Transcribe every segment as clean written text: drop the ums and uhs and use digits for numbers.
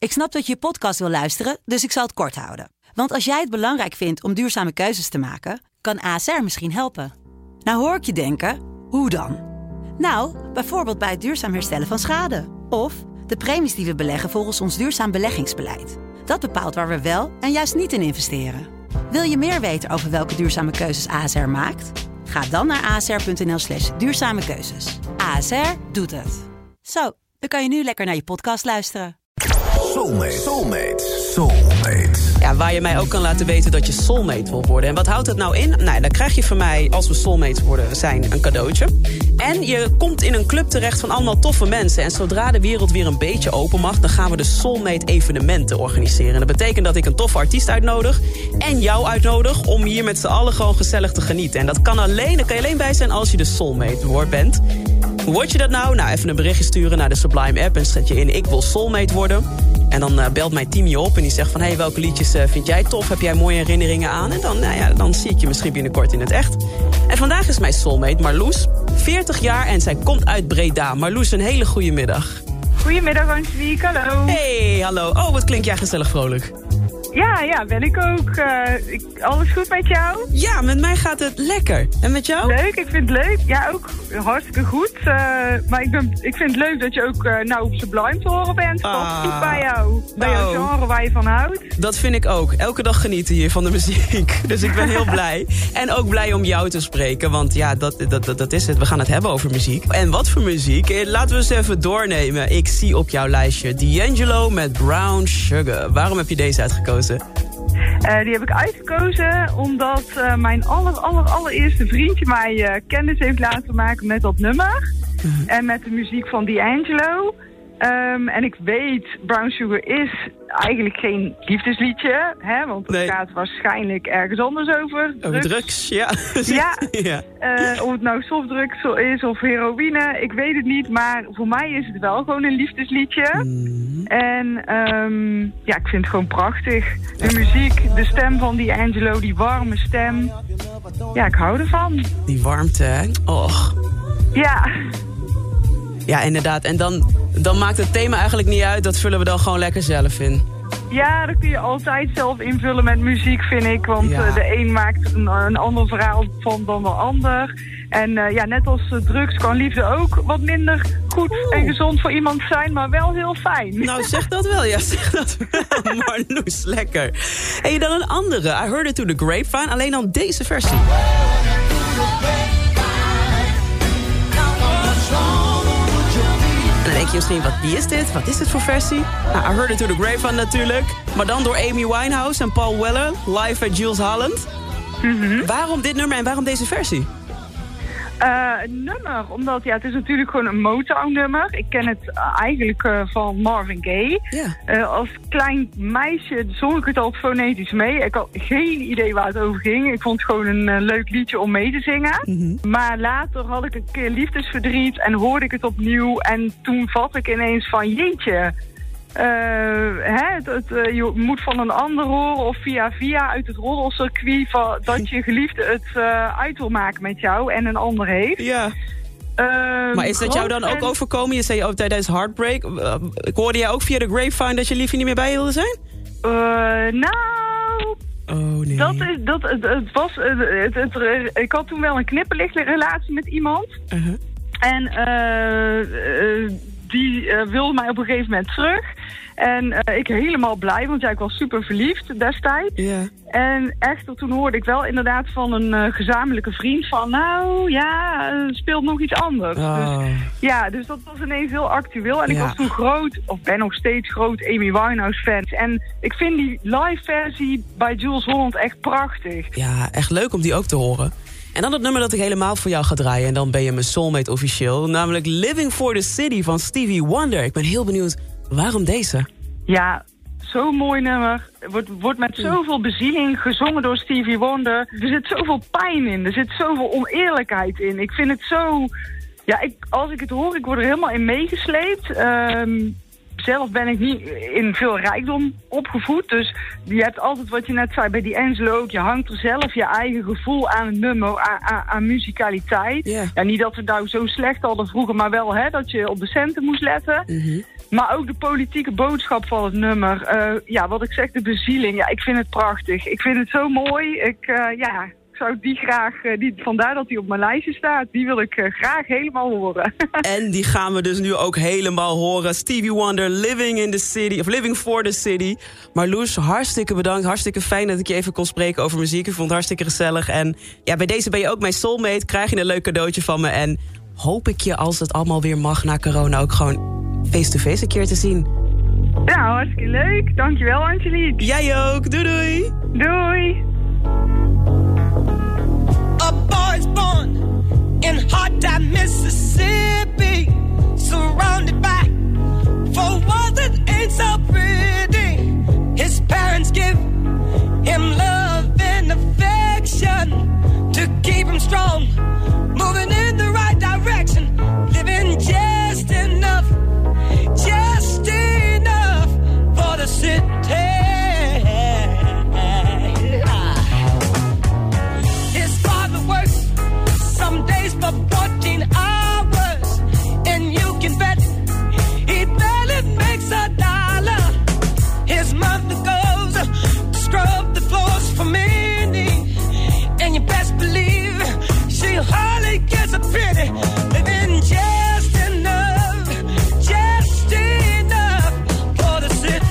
Ik snap dat je podcast wil luisteren, dus ik zal het kort houden. Want als jij het belangrijk vindt om duurzame keuzes te maken, kan ASR misschien helpen. Nou hoor ik je denken, hoe dan? Nou, bijvoorbeeld bij het duurzaam herstellen van schade. Of de premies die we beleggen volgens ons duurzaam beleggingsbeleid. Dat bepaalt waar we wel en juist niet in investeren. Wil je meer weten over welke duurzame keuzes ASR maakt? Ga dan naar asr.nl/duurzame keuzes. ASR doet het. Zo, dan kan je nu lekker naar je podcast luisteren. Soulmate. Ja, waar je mij ook kan laten weten dat je soulmate wil worden. En wat houdt dat nou in? Nou, dan krijg je van mij, als we soulmates zijn, een cadeautje. En je komt in een club terecht van allemaal toffe mensen. En zodra de wereld weer een beetje open mag, dan gaan we de soulmate evenementen organiseren. En dat betekent dat ik een toffe artiest uitnodig en jou uitnodig om hier met z'n allen gewoon gezellig te genieten. En dat kan je alleen bij zijn als je de soulmate bent. Hoe word je dat nou? Nou, even een berichtje sturen naar de Sublime app en zet je in ik wil soulmate worden. En dan belt mijn team je op en die zegt van, hey, welke liedjes vind jij tof? Heb jij mooie herinneringen aan? En dan zie ik je misschien binnenkort in het echt. En vandaag is mijn soulmate Marloes, 40 jaar en zij komt uit Breda. Marloes, een hele goede middag. Goedemiddag, Angelique. Hallo. Hey, hallo. Oh, wat klink jij gezellig vrolijk. Ja, ben ik ook. Alles goed met jou? Ja, met mij gaat het lekker. En met jou? Leuk, ik vind het leuk. Ja, ook hartstikke goed. Maar ik vind het leuk dat je ook nou op Sublime te horen bent. Past goed bij jou. Bij jouw genre waar je van houdt. Dat vind ik ook. Elke dag genieten hier van de muziek. Dus ik ben heel blij. En ook blij om jou te spreken. Want ja, dat is het. We gaan het hebben over muziek. En wat voor muziek? Laten we eens even doornemen. Ik zie op jouw lijstje D'Angelo met Brown Sugar. Waarom heb je deze uitgekozen? Die heb ik uitgekozen omdat mijn allereerste vriendje mij kennis heeft laten maken met dat nummer. En met de muziek van D'Angelo. En ik weet, Brown Sugar is eigenlijk geen liefdesliedje, hè, want het gaat waarschijnlijk ergens anders over. Over drugs, ja. Ja. Of het nou softdrugs is of heroïne, ik weet het niet, maar voor mij is het wel gewoon een liefdesliedje. En ik vind het gewoon prachtig. De muziek, de stem van D'Angelo, die warme stem. Ja, ik hou ervan. Die warmte, hè? Och. Ja. Ja, inderdaad. En dan maakt het thema eigenlijk niet uit. Dat vullen we dan gewoon lekker zelf in. Ja, dat kun je altijd zelf invullen met muziek, vind ik. Want de een maakt een ander verhaal van dan de ander. En net als drugs kan liefde ook wat minder goed en gezond voor iemand zijn, maar wel heel fijn. Nou, zeg dat wel. Ja, zeg dat wel. Marloes, lekker. En dan een andere. I Heard It Through the Grapevine. Alleen dan deze versie. Dan denk je misschien, wie is dit? Wat is dit voor versie? Nou, I Heard It Through the Grapevine natuurlijk. Maar dan door Amy Winehouse en Paul Weller. Live at Jules Holland. Waarom dit nummer en waarom deze versie? Nummer, omdat het is natuurlijk gewoon een Motown-nummer. Ik ken het eigenlijk van Marvin Gaye. Yeah. Als klein meisje zong ik het al fonetisch mee. Ik had geen idee waar het over ging. Ik vond het gewoon een leuk liedje om mee te zingen. Maar later had ik een keer liefdesverdriet en hoorde ik het opnieuw. En toen vat ik ineens van jeetje. Je moet van een ander horen of via uit het roddelcircuit dat je geliefde het uit wil maken met jou en een ander heeft. Ja. Maar is dat jou dan ook overkomen? Je zei tijdens Heartbreak. Hoorde jij ook via de Grapevine dat je liefje niet meer bij je wilde zijn? Oh nee. Ik had toen wel een knipperlichtrelatie met iemand. En die wilde mij op een gegeven moment terug. En ik helemaal blij, want ik was super verliefd destijds. Yeah. En echter, toen hoorde ik wel inderdaad van een gezamenlijke vriend van... speelt nog iets anders. Dus dat was ineens heel actueel. En ik was toen ben nog steeds groot Amy Winehouse fan. En ik vind die live versie bij Jules Holland echt prachtig. Ja, echt leuk om die ook te horen. En dan het nummer dat ik helemaal voor jou ga draaien. En dan ben je mijn soulmate officieel. Namelijk Living for the City van Stevie Wonder. Ik ben heel benieuwd, waarom deze? Ja, zo'n mooi nummer. Wordt met zoveel bezieling gezongen door Stevie Wonder. Er zit zoveel pijn in. Er zit zoveel oneerlijkheid in. Ik vind het zo... Ja, als ik het hoor, ik word er helemaal in meegesleept. Zelf ben ik niet in veel rijkdom opgevoed. Dus je hebt altijd wat je net zei bij die Angelo ook. Je hangt er zelf je eigen gevoel aan het nummer, aan muzikaliteit. Yeah. Ja, niet dat we nou zo slecht hadden vroeger, maar wel dat je op de centen moest letten. Mm-hmm. Maar ook de politieke boodschap van het nummer. Wat ik zeg, de bezieling. Ja, ik vind het prachtig. Ik vind het zo mooi. Ik zou die graag, vandaar dat hij op mijn lijstje staat, die wil ik graag helemaal horen. En die gaan we dus nu ook helemaal horen. Stevie Wonder, Living for the City. Marloes, hartstikke bedankt. Hartstikke fijn dat ik je even kon spreken over muziek. Ik vond het hartstikke gezellig. En ja, bij deze ben je ook mijn soulmate. Krijg je een leuk cadeautje van me. En hoop ik je, als het allemaal weer mag na corona, ook gewoon face-to-face een keer te zien. Nou, hartstikke leuk. Dankjewel, Angelique. Jij ook. Doei doei. Doei. A boy's born in hard time Mississippi, surrounded by four walls that ain't so pretty. His parents give him love and affection to keep him strong, moving in the right direction, living just enough for the city. Some days for 14 hours, and you can bet he barely makes $1. His mother goes to scrub the floors for many, and you best believe she hardly gets a penny, living just enough for the city.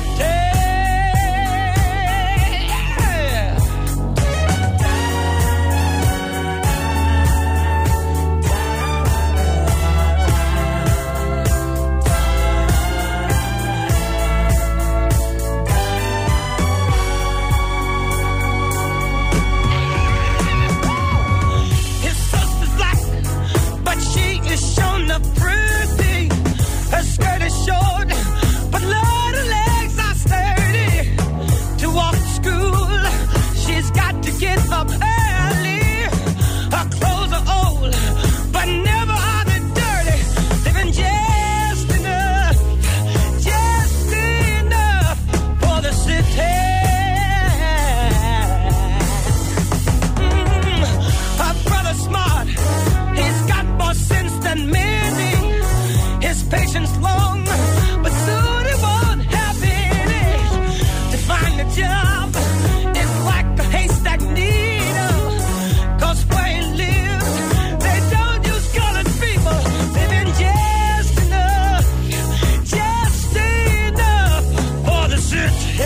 Her skirt is short, but Lord, her legs are sturdy. To walk to school, she's got to get up early. Her clothes are old, but never are they dirty. Living just enough for the city. Her brother's smart, he's got more sense than many. His patience long, but soon he won't have any. To find a job is like a haystack needle, 'cause where he lives, they don't use colored people. Living just enough for the city.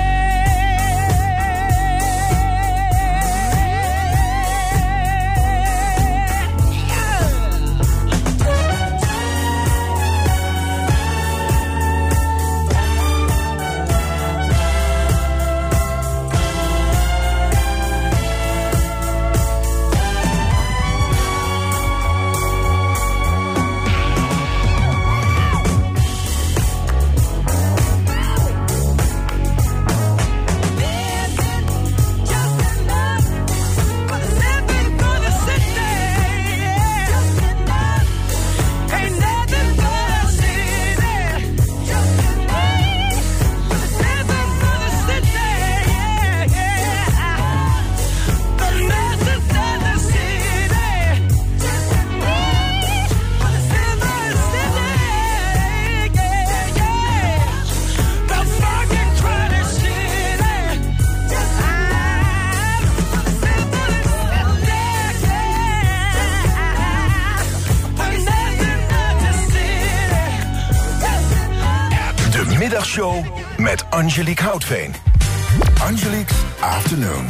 Middagshow met Angelique Houtveen. Angelique's Afternoon.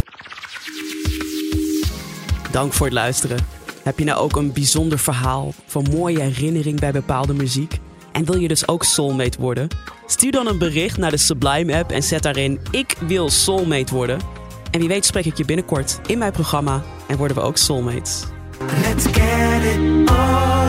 Dank voor het luisteren. Heb je nou ook een bijzonder verhaal van mooie herinnering bij bepaalde muziek? En wil je dus ook soulmate worden? Stuur dan een bericht naar de Sublime app en zet daarin: ik wil soulmate worden. En wie weet spreek ik je binnenkort in mijn programma en worden we ook soulmates. Let's get it on.